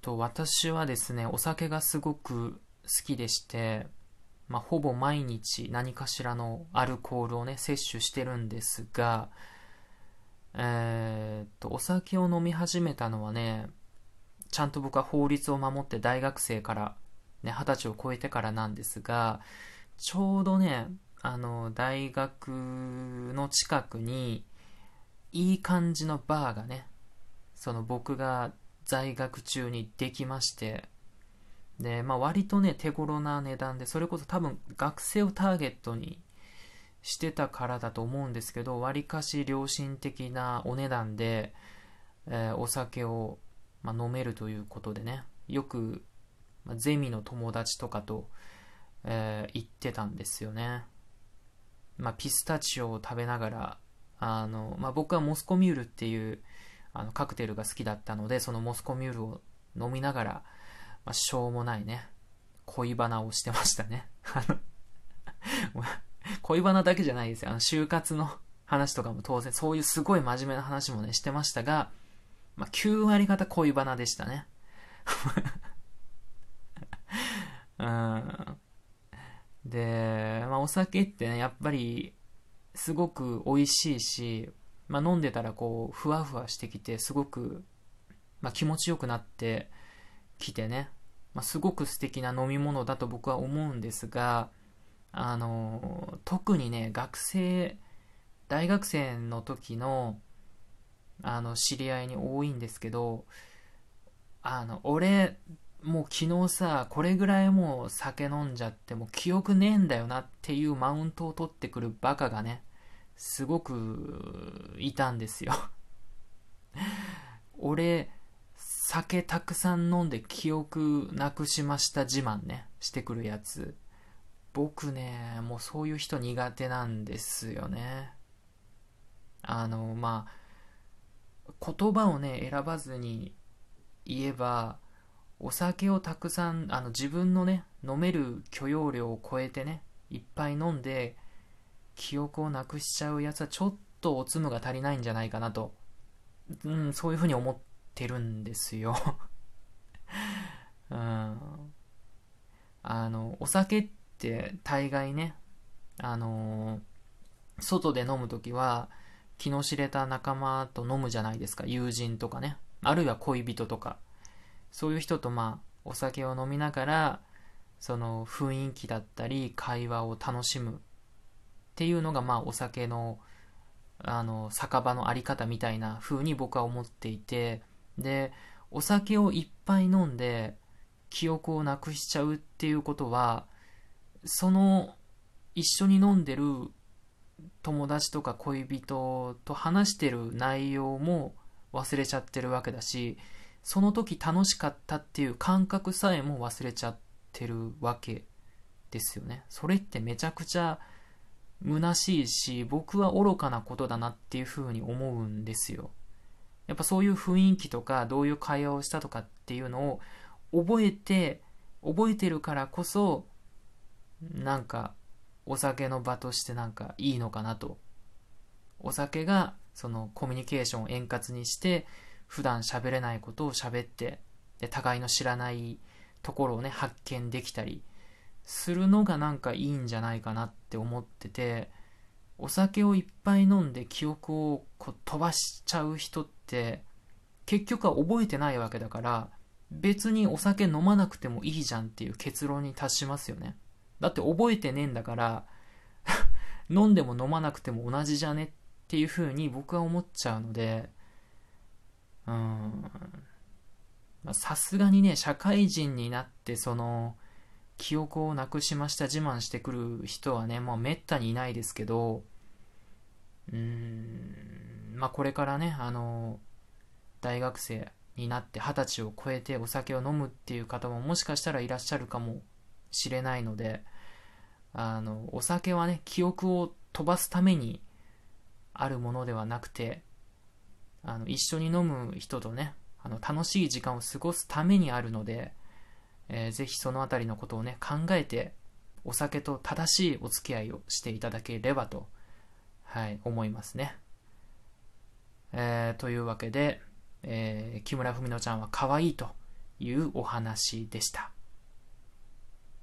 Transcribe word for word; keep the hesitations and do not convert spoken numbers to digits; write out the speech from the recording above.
と、私はですね、お酒がすごく好きでして、まあ、ほぼ毎日何かしらのアルコールをね、摂取してるんですが、えーっと、お酒を飲み始めたのはね、ちゃんと僕は法律を守って大学生から、ね、はたちを超えてからなんですが、ちょうどね、あの、大学の近くに、いい感じのバーがね、その僕が在学中にできまして、で、まあ割とね、手頃な値段で、それこそ多分学生をターゲットにしてたからだと思うんですけど、割かし良心的なお値段で、えーお酒を、まあ、飲めるということでね、よく、まあ、ゼミの友達とかと、えー行ってたんですよね。まあ、ピスタチオを食べながら、あの、まあ、僕はモスコミュールっていうあのカクテルが好きだったので、そのモスコミュールを飲みながら、まあ、しょうもないね、恋バナをしてましたね。あの恋バナだけじゃないですよ。あの就活の話とかも当然、そういうすごい真面目な話もね、してましたが、まあ、きゅう割方恋バナでしたね。うん。で、まあ、お酒ってね、やっぱり、すごく美味しいし、まあ、飲んでたらこう、ふわふわしてきて、すごく、まあ、気持ちよくなってきてね、まあ、すごく素敵な飲み物だと僕は思うんですが、あの、特にね、学生、大学生の時の、あの、知り合いに多いんですけど、あの、俺、もう昨日さ、これぐらいもう酒飲んじゃってもう記憶ねえんだよなっていうマウントを取ってくるバカがね、すごくいたんですよ。俺、酒たくさん飲んで記憶なくしました自慢ね、してくるやつ。僕ね、もうそういう人苦手なんですよね。あの、まあ、言葉をね、選ばずに言えば、お酒をたくさん、あの、自分のね、飲める許容量を超えてね、いっぱい飲んで、記憶をなくしちゃうやつはちょっとおつむが足りないんじゃないかなと、うん、そういうふうに思ってるんですよ。うん。あの、お酒って大概ね、あのー外で飲むときは、気の知れた仲間と飲むじゃないですか。友人とかね。あるいは恋人とか。そういう人とまあ、お酒を飲みながら、その雰囲気だったり、会話を楽しむっていうのがまあ、お酒の、あの、酒場のあり方みたいな風に僕は思っていて、で、お酒をいっぱい飲んで、記憶をなくしちゃうっていうことは、その、一緒に飲んでる友達とか恋人と話してる内容も忘れちゃってるわけだし、その時楽しかったっていう感覚さえも忘れちゃってるわけですよね。それってめちゃくちゃ虚しいし、僕は愚かなことだなっていうふうに思うんですよ。やっぱそういう雰囲気とか、どういう会話をしたとかっていうのを覚えて、覚えてるからこそ、なんかお酒の場としてなんかいいのかなと。お酒がそのコミュニケーションを円滑にして、普段喋れないことを喋って、で互いの知らないところをね発見できたりするのがなんかいいんじゃないかなって思ってて、お酒をいっぱい飲んで記憶をこう飛ばしちゃう人って結局は覚えてないわけだから、別にお酒飲まなくてもいいじゃんっていう結論に達しますよね。だって覚えてねえんだから飲んでも飲まなくても同じじゃねっていう風に僕は思っちゃうので、うーん、さすがにね、社会人になってその記憶をなくしました自慢してくる人はね、もうめったにいないですけど、うーん、まあこれからね、あの、大学生になってはたちを超えてお酒を飲むっていう方ももしかしたらいらっしゃるかもしれないので、あの、お酒はね、記憶を飛ばすためにあるものではなくて、あの、一緒に飲む人とね、あの、楽しい時間を過ごすためにあるので、えーぜひそのあたりのことをね、考えて、お酒と正しいお付き合いをしていただければと、はい、思いますね。えーというわけで、えー木村文乃ちゃんは可愛いというお話でした。